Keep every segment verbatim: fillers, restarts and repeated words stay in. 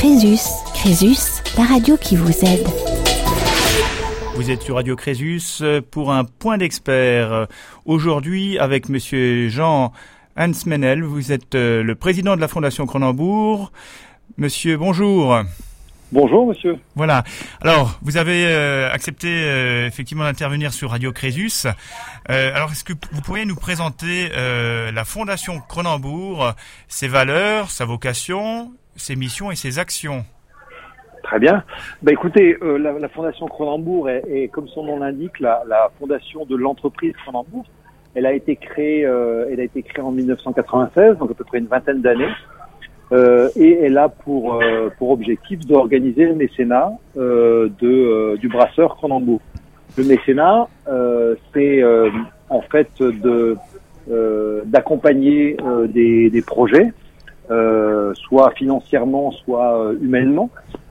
Crésus. Crésus, la radio qui vous aide. Vous êtes sur Radio Crésus pour un point d'expert. Aujourd'hui, avec Monsieur Jean Hansmenel, vous êtes le président de la Fondation Cronenbourg. Monsieur, bonjour. Bonjour, monsieur. Voilà. Alors, vous avez euh, accepté euh, effectivement d'intervenir sur Radio Crésus. Euh, alors, est-ce que vous pourriez nous présenter euh, la Fondation Cronenbourg, ses valeurs, sa vocation, ses missions et ses actions? Très bien. Bah, écoutez, euh, la, la Fondation Cronenbourg est, est, comme son nom l'indique, la, la fondation de l'entreprise Cronenbourg. Elle a été créée, euh, elle a été créée en dix-neuf cent quatre-vingt-seize, donc à peu près une vingtaine d'années. Euh, et elle a pour euh, pour objectif d'organiser le mécénat euh, de euh, du brasseur Cronenbourg. Le mécénat, euh, c'est euh, en fait de euh, d'accompagner euh, des, des projets, euh, soit financièrement, soit euh, humainement,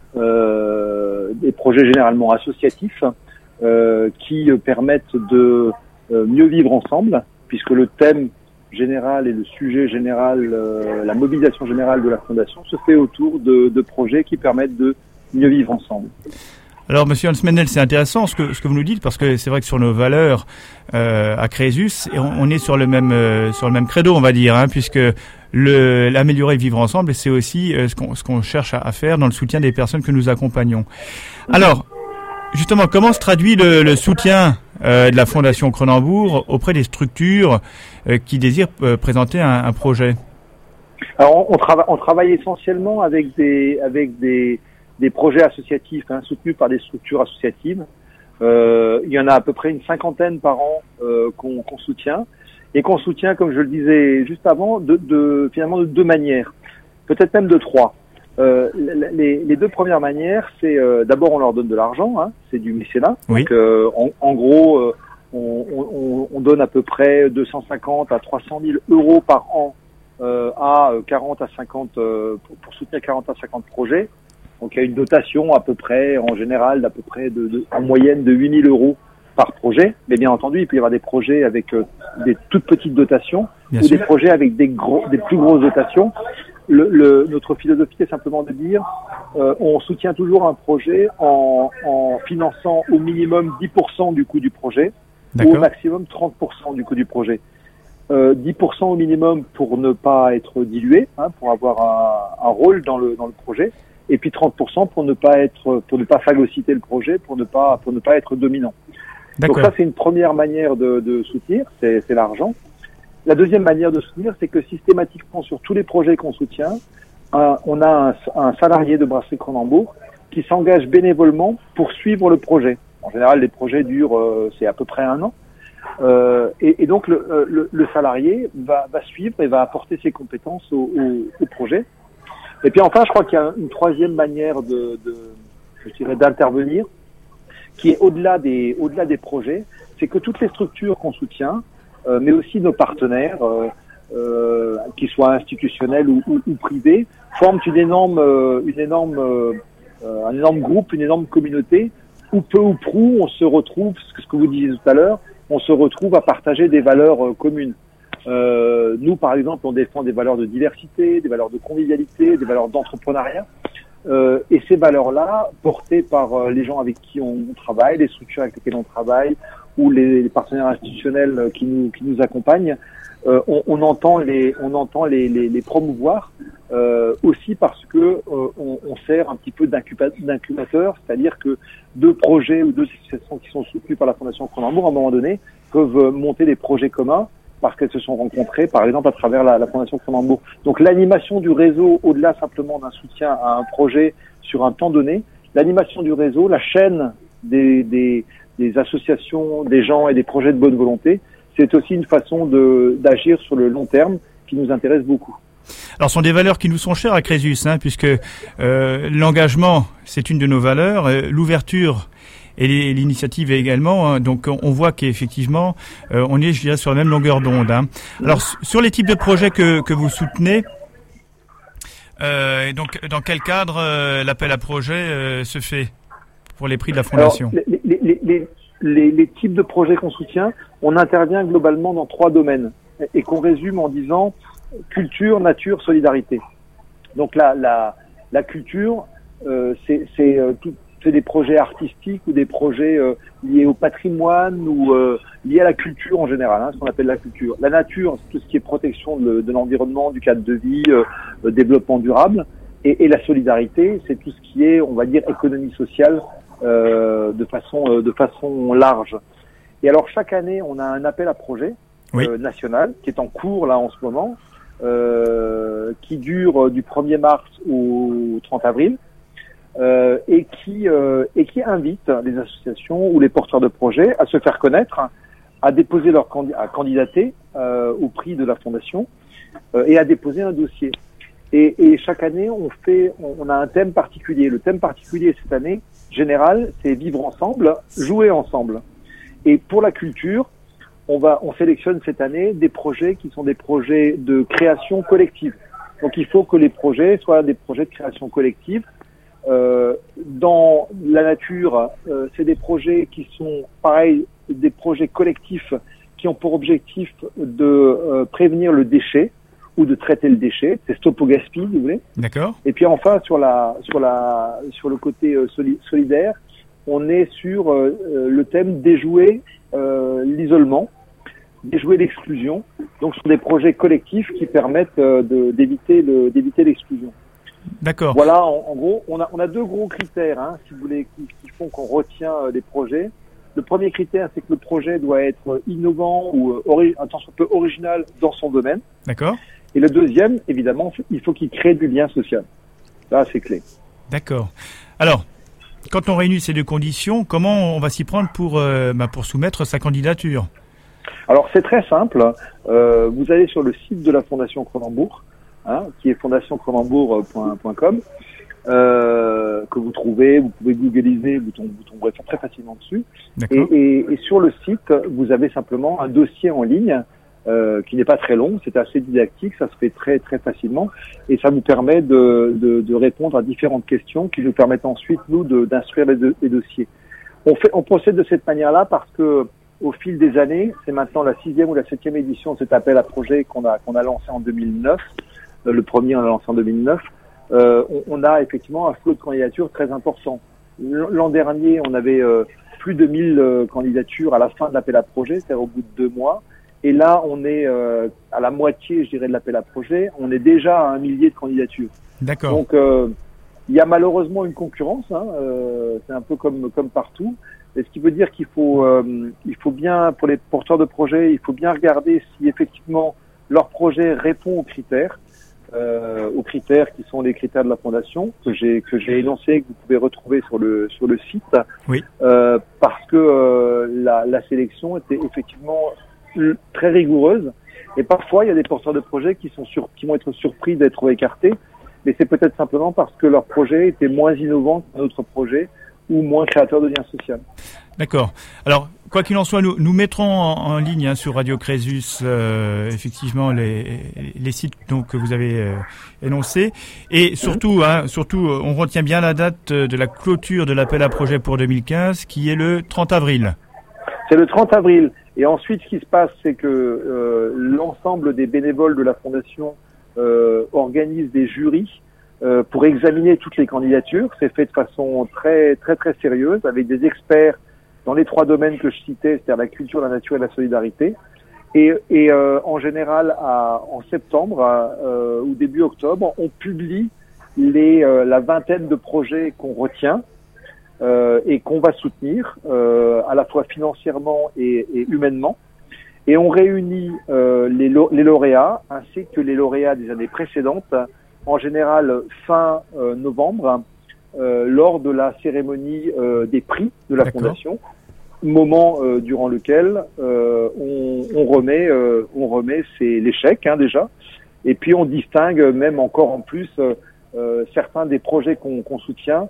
euh, des projets généralement associatifs euh, qui permettent de euh, mieux vivre ensemble, puisque le thème général et le sujet général, euh, la mobilisation générale de la Fondation se fait autour de, de projets qui permettent de mieux vivre ensemble. Alors, Monsieur Hansmenel, c'est intéressant ce que ce que vous nous dites, parce que c'est vrai que sur nos valeurs euh, à Crésus, on, on est sur le même euh, sur le même credo, on va dire, hein, puisque le l'améliorer et vivre ensemble, c'est aussi euh, ce qu'on ce qu'on cherche à, à faire dans le soutien des personnes que nous accompagnons. Alors, justement, comment se traduit le, le soutien euh, de la Fondation Cronenbourg auprès des structures euh, qui désirent euh, présenter un, un projet? Alors, on, on, trava- on travaille essentiellement avec des avec des, des projets associatifs hein, soutenus par des structures associatives. Euh, il y en a à peu près une cinquantaine par an euh, qu'on, qu'on soutient et qu'on soutient, comme je le disais juste avant, de, de finalement de deux manières, peut-être même de trois. Euh, les, les deux premières manières, c'est euh, d'abord on leur donne de l'argent, hein, c'est du mécénat. Oui. Donc euh, en, en gros, euh, on, on, on donne à peu près deux cent cinquante à trois cent mille euros par an euh, à quarante à cinquante euh, pour, pour soutenir quarante à cinquante projets. Donc il y a une dotation à peu près, en général, d'à peu près de, de en moyenne de huit mille euros par projet. Mais bien entendu, il peut y avoir des projets avec euh, des toutes petites dotations Bien ou sûr. des projets avec des gros, des plus grosses dotations. Le, le, notre philosophie est simplement de dire euh, on soutient toujours un projet en, en finançant au minimum dix pour cent du coût du projet D'accord. ou au maximum trente pour cent du coût du projet. Euh, dix pour cent au minimum pour ne pas être dilué, hein, pour avoir un, un rôle dans le, dans le projet, et puis trente pour cent pour ne pas être, pour ne pas phagocyter le projet, pour ne pas, pour ne pas être dominant. D'accord. Donc ça, c'est une première manière de, de soutenir, c'est, c'est l'argent. La deuxième manière de soutenir, c'est que systématiquement, sur tous les projets qu'on soutient, un, on a un, un salarié de Brasserie Cronenbourg qui s'engage bénévolement pour suivre le projet. En général, les projets durent, euh, c'est à peu près un an. Euh, et, et donc, le, le, le salarié va, va suivre et va apporter ses compétences au, au, au projet. Et puis enfin, je crois qu'il y a une troisième manière de, de je dirais, d'intervenir, qui est au-delà des, au-delà des projets, c'est que toutes les structures qu'on soutient, Euh, mais aussi nos partenaires, euh, euh, qu'ils soient institutionnels ou, ou, ou privés, forment une énorme, euh, une énorme, euh, un énorme groupe, une énorme communauté où peu ou prou on se retrouve, ce que vous disiez tout à l'heure, on se retrouve à partager des valeurs euh, communes. Euh, nous, par exemple, on défend des valeurs de diversité, des valeurs de convivialité, des valeurs d'entrepreneuriat. Euh, et ces valeurs-là, portées par euh, les gens avec qui on, on travaille, les structures avec lesquelles on travaille, ou les, les partenaires institutionnels qui nous qui nous accompagnent, euh, on, on entend les on entend les les, les promouvoir euh, aussi parce que euh, on, on sert un petit peu d'incuba- d'incubateur, c'est-à-dire que deux projets ou deux associations qui sont soutenues par la Fondation Cronenbourg, à un moment donné, peuvent monter des projets communs parce qu'elles se sont rencontrées, par exemple, à travers la, la Fondation Cronenbourg. Donc l'animation du réseau, au-delà simplement d'un soutien à un projet sur un temps donné, l'animation du réseau, la chaîne des des des associations, des gens et des projets de bonne volonté, c'est aussi une façon de, d'agir sur le long terme qui nous intéresse beaucoup. Alors, ce sont des valeurs qui nous sont chères à Crésus, hein, puisque euh, l'engagement, c'est une de nos valeurs, euh, l'ouverture et l'initiative également. Hein, donc, on voit qu'effectivement, euh, on est, je dirais, sur la même longueur d'onde. Hein. Alors, sur les types de projets que, que vous soutenez, euh, et donc, dans quel cadre euh, l'appel à projet euh, se fait pour les prix de la Fondation? Alors, les, les, les, les, les types de projets qu'on soutient, on intervient globalement dans trois domaines et qu'on résume en disant culture, nature, solidarité. Donc la, la, La culture, euh, c'est, c'est, euh, tout, c'est des projets artistiques ou des projets euh, liés au patrimoine ou euh, liés à la culture en général, hein, ce qu'on appelle la culture. La nature, c'est tout ce qui est protection de, de l'environnement, du cadre de vie, euh, euh, développement durable. Et, et la solidarité, c'est tout ce qui est, on va dire, économie sociale euh, de façon euh, de façon large. Et alors chaque année, on a un appel à projet oui. euh, national qui est en cours là en ce moment, euh, qui dure du premier mars au trente avril. Euh, et qui euh, et qui invite les associations ou les porteurs de projets à se faire connaître, à déposer leur candi- à candidater euh, au prix de la fondation euh, et à déposer un dossier. Et, et chaque année, on fait, on, on a un thème particulier. Le thème particulier cette année, général, c'est vivre ensemble, jouer ensemble. Et pour la culture, on va, on sélectionne cette année des projets qui sont des projets de création collective. Donc, il faut que les projets soient des projets de création collective. Euh, dans la nature, euh, c'est des projets qui sont, pareil, des projets collectifs qui ont pour objectif de euh, prévenir le déchet ou de traiter le déchet. C'est stop au gaspillage, si vous voulez. D'accord. Et puis enfin, sur la, sur la, sur le côté euh, soli- solidaire, on est sur euh, le thème déjouer euh, l'isolement, déjouer l'exclusion. Donc, ce sont des projets collectifs qui permettent euh, de, d'éviter le, d'éviter l'exclusion. D'accord. Voilà, en, en gros, on a, on a deux gros critères, hein, si vous voulez, qui, qui font qu'on retient euh, des projets. Le premier critère, c'est que le projet doit être innovant ou euh, ori- un tant soit peu original dans son domaine. D'accord. Et le deuxième, évidemment, il faut qu'il crée du lien social. Ça, c'est clé. D'accord. Alors, quand on réunit ces deux conditions, comment on va s'y prendre pour, euh, bah, pour soumettre sa candidature ? Alors, c'est très simple. Euh, vous allez sur le site de la Fondation Cronenbourg, hein, qui est fondation cronenbourg point com, euh, que vous trouvez, vous pouvez googliser, vous, tom- vous tomberez très facilement dessus. Et, et, et sur le site, vous avez simplement un dossier en ligne euh, qui n'est pas très long, c'est assez didactique, ça se fait très très facilement, et ça nous permet de, de, de répondre à différentes questions qui nous permettent ensuite, nous, de, d'instruire les, do- les dossiers. On, fait, on procède de cette manière-là parce que au fil des années, c'est maintenant la sixième ou la septième édition de cet appel à projet qu'on a, qu'on a lancé en deux mille neuf. Euh, le premier, on l'a lancé en deux mille neuf. Euh, on, on a effectivement un flot de candidatures très important. L'an dernier, on avait euh, plus de mille euh, candidatures à la fin de l'appel à projet, c'est-à-dire au bout de deux mois. Et là, on est euh, à la moitié, je dirais, de l'appel à projet. On est déjà à un millier de candidatures. D'accord. Donc, euh, il y a malheureusement une concurrence. Hein, euh, c'est un peu comme comme partout. Et ce qui veut dire qu'il faut, euh, il faut bien, pour les porteurs de projets, il faut bien regarder si effectivement leur projet répond aux critères, euh, aux critères qui sont les critères de la fondation que j'ai que j'ai énoncés, que vous pouvez retrouver sur le sur le site. Oui. Euh, parce que euh, la, la sélection était effectivement très rigoureuse. Et parfois, il y a des porteurs de projets qui sont sur, qui vont être surpris d'être écartés. Mais c'est peut-être simplement parce que leur projet était moins innovant qu'un autre projet ou moins créateur de lien social. D'accord. Alors, quoi qu'il en soit, nous, nous mettrons en, en ligne hein, sur Radio Crésus euh, effectivement les, les sites donc, que vous avez euh, énoncés. Et surtout, hein, surtout, on retient bien la date de la clôture de l'appel à projet pour deux mille quinze, qui est le trente avril. C'est le trente avril. Et ensuite, ce qui se passe, c'est que euh, l'ensemble des bénévoles de la Fondation euh, organisent des jurys euh, pour examiner toutes les candidatures. C'est fait de façon très très très sérieuse, avec des experts dans les trois domaines que je citais, c'est-à-dire la culture, la nature et la solidarité. Et, et euh, en général, à, en septembre euh, ou début octobre, on publie les, euh, la vingtaine de projets qu'on retient euh, et qu'on va soutenir, euh, à la fois financièrement et, et humainement. Et on réunit euh, les, les lauréats ainsi que les lauréats des années précédentes, en général fin euh, novembre, euh, lors de la cérémonie euh, des prix de la D'accord. Fondation, moment euh, durant lequel euh, on, on remet, euh, on remet c'est les chèques hein, déjà, et puis on distingue même encore en plus euh, euh, certains des projets qu'on, qu'on soutient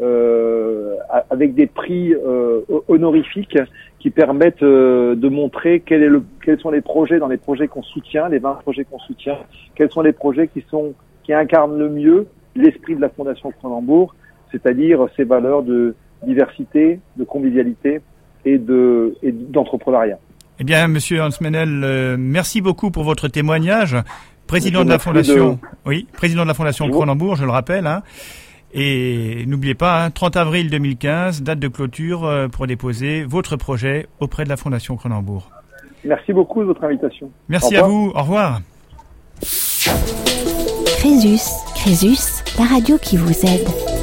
euh, avec des prix euh, honorifiques qui permettent euh, de montrer quel est le, quels sont les projets dans les projets qu'on soutient, les vingt projets qu'on soutient, quels sont les projets qui sont qui incarnent le mieux l'esprit de la Fondation Cronenbourg, c'est-à-dire ces valeurs de diversité, de convivialité et de et d'entrepreneuriat. Eh bien, Monsieur Hans Meynell, euh, merci beaucoup pour votre témoignage, Président de la Merci Fondation, de- oui, président de la Fondation Je vous- Cronenbourg, je le rappelle. Hein. Et n'oubliez pas, hein, trente avril deux mille quinze, date de clôture euh, pour déposer votre projet auprès de la Fondation Cronenbourg. Merci beaucoup de votre invitation. Merci Au à revoir. vous. Au revoir. Crésus, Crésus, la radio qui vous aide.